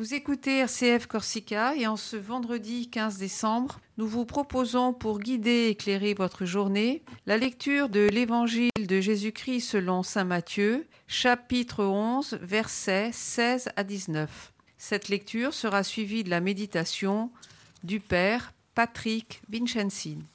Vous écoutez RCF Corsica et en ce vendredi 15 décembre, nous vous proposons pour guider et éclairer votre journée la lecture de l'Évangile de Jésus-Christ selon saint Matthieu, chapitre 11, versets 16 à 19. Cette lecture sera suivie de la méditation du Père Patrick Vincenzin.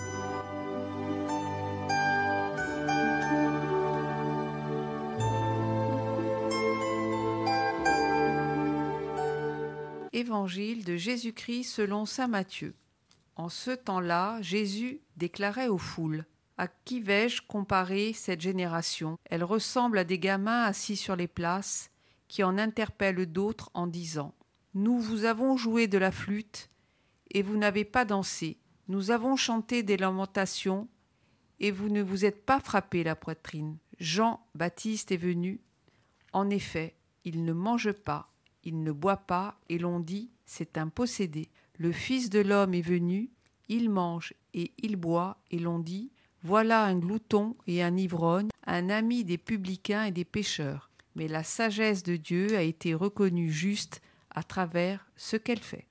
Évangile de Jésus-Christ selon saint Matthieu. En ce temps-là, Jésus déclarait aux foules : « À qui vais-je comparer cette génération ? Elle ressemble à des gamins assis sur les places, qui en interpellent d'autres en disant : Nous vous avons joué de la flûte, et vous n'avez pas dansé. Nous avons chanté des lamentations, et vous ne vous êtes pas frappé la poitrine. Jean-Baptiste est venu. En effet, il ne mange pas. Il ne boit pas, et l'on dit, c'est un possédé. Le Fils de l'homme est venu, il mange et il boit, et l'on dit, voilà un glouton et un ivrogne, un ami des publicains et des pécheurs. Mais la sagesse de Dieu a été reconnue juste à travers ce qu'elle fait.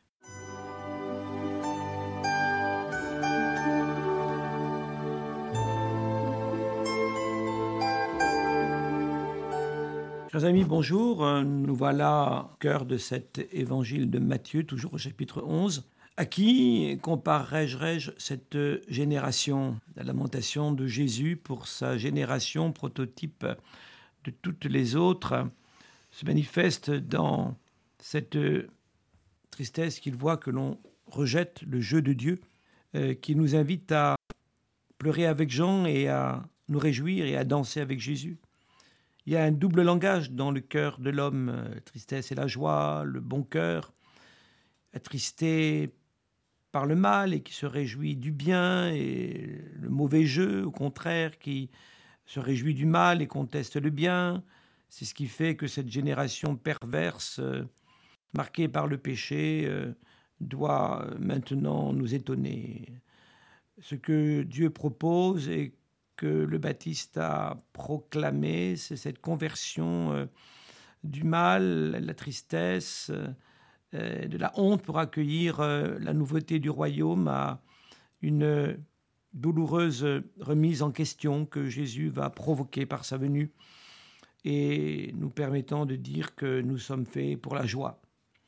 Chers amis, bonjour. Nous voilà au cœur de cet évangile de Matthieu, toujours au chapitre 11. À qui comparerais-je cette génération ? La lamentation de Jésus pour sa génération, prototype de toutes les autres, se manifeste dans cette tristesse qu'il voit que l'on rejette le jeu de Dieu, qui nous invite à pleurer avec Jean et à nous réjouir et à danser avec Jésus. Il y a un double langage dans le cœur de l'homme, tristesse et la joie, le bon cœur, attristé par le mal et qui se réjouit du bien, et le mauvais jeu, au contraire, qui se réjouit du mal et conteste le bien. C'est ce qui fait que cette génération perverse, marquée par le péché, doit maintenant nous étonner. Ce que Dieu propose et que le Baptiste a proclamé, c'est cette conversion du mal, la tristesse, de la honte pour accueillir la nouveauté du royaume à une douloureuse remise en question que Jésus va provoquer par sa venue et nous permettant de dire que nous sommes faits pour la joie.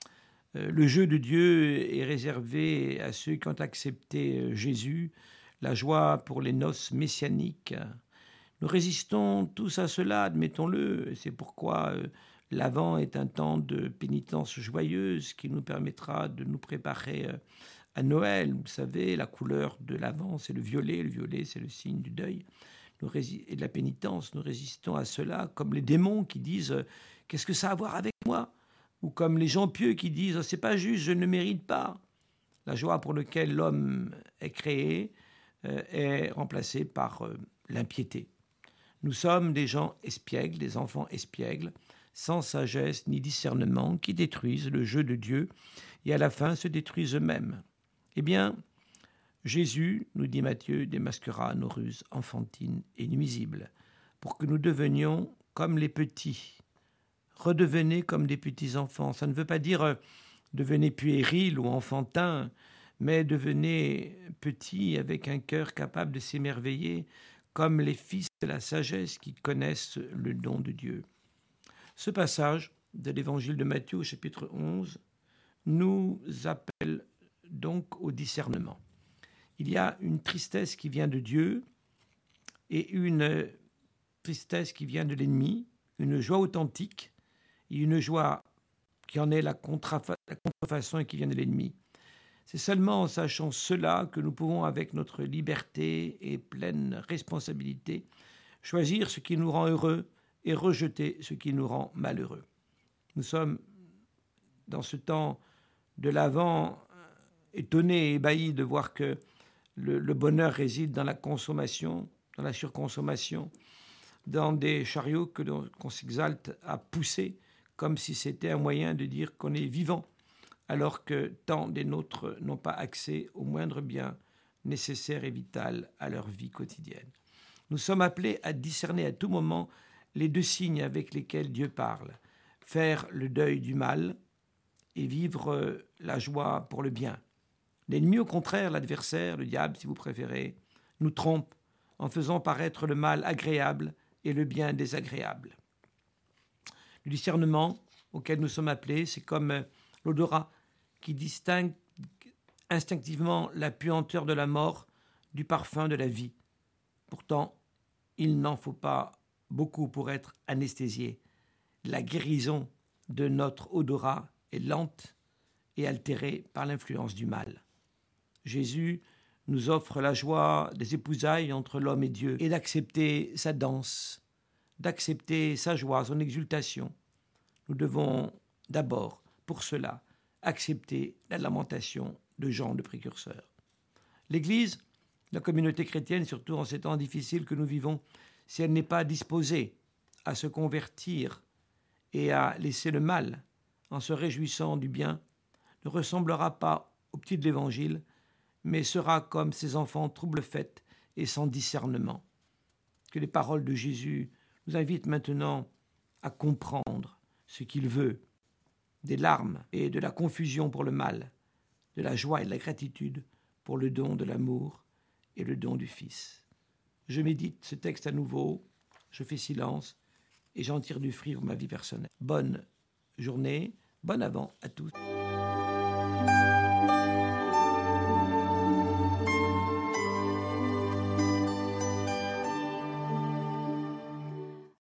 Le jeu de Dieu est réservé à ceux qui ont accepté Jésus, la joie pour les noces messianiques. Nous résistons tous à cela, admettons-le. C'est pourquoi l'Avent est un temps de pénitence joyeuse qui nous permettra de nous préparer à Noël. Vous savez, la couleur de l'Avent, c'est le violet. Le violet, c'est le signe du deuil et de la pénitence. Nous résistons à cela, comme les démons qui disent « Qu'est-ce que ça a à voir avec moi ?» ou comme les gens pieux qui disent « C'est pas juste, je ne mérite pas ». La joie pour laquelle l'homme est créé est remplacée par l'impiété. Nous sommes des gens espiègles, des enfants espiègles, sans sagesse ni discernement, qui détruisent le jeu de Dieu et à la fin se détruisent eux-mêmes. Eh bien, Jésus, nous dit Matthieu, démasquera nos ruses enfantines et nuisibles pour que nous devenions comme les petits. Redevenez comme des petits enfants. Ça ne veut pas dire devenez puéril ou enfantin, mais devenez petit avec un cœur capable de s'émerveiller comme les fils de la sagesse qui connaissent le don de Dieu. Ce passage de l'évangile de Matthieu au chapitre 11 nous appelle donc au discernement. Il y a une tristesse qui vient de Dieu et une tristesse qui vient de l'ennemi, une joie authentique et une joie qui en est la contrefaçon et qui vient de l'ennemi. C'est seulement en sachant cela que nous pouvons, avec notre liberté et pleine responsabilité, choisir ce qui nous rend heureux et rejeter ce qui nous rend malheureux. Nous sommes, dans ce temps de l'Avent, étonnés et ébahis de voir que le bonheur réside dans la consommation, dans la surconsommation, dans des chariots qu'on s'exalte à pousser, comme si c'était un moyen de dire qu'on est vivant, alors que tant des nôtres n'ont pas accès au moindre bien nécessaire et vital à leur vie quotidienne. Nous sommes appelés à discerner à tout moment les deux signes avec lesquels Dieu parle. Faire le deuil du mal et vivre la joie pour le bien. L'ennemi, au contraire, l'adversaire, le diable si vous préférez, nous trompe en faisant paraître le mal agréable et le bien désagréable. Le discernement auquel nous sommes appelés, c'est comme l'odorat qui distingue instinctivement la puanteur de la mort du parfum de la vie. Pourtant, il n'en faut pas beaucoup pour être anesthésié. La guérison de notre odorat est lente et altérée par l'influence du mal. Jésus nous offre la joie des épousailles entre l'homme et Dieu et d'accepter sa danse, d'accepter sa joie, son exultation. Nous devons d'abord, pour cela, accepter la lamentation de Jean le précurseur. L'Église, la communauté chrétienne, surtout en ces temps difficiles que nous vivons, si elle n'est pas disposée à se convertir et à laisser le mal en se réjouissant du bien, ne ressemblera pas au petit de l'Évangile, mais sera comme ces enfants trouble-faits et sans discernement. Que les paroles de Jésus nous invitent maintenant à comprendre ce qu'il veut, des larmes et de la confusion pour le mal, de la joie et de la gratitude pour le don de l'amour et le don du Fils. Je médite ce texte à nouveau, je fais silence et j'en tire du fruit pour ma vie personnelle. Bonne journée, bon avant à tous.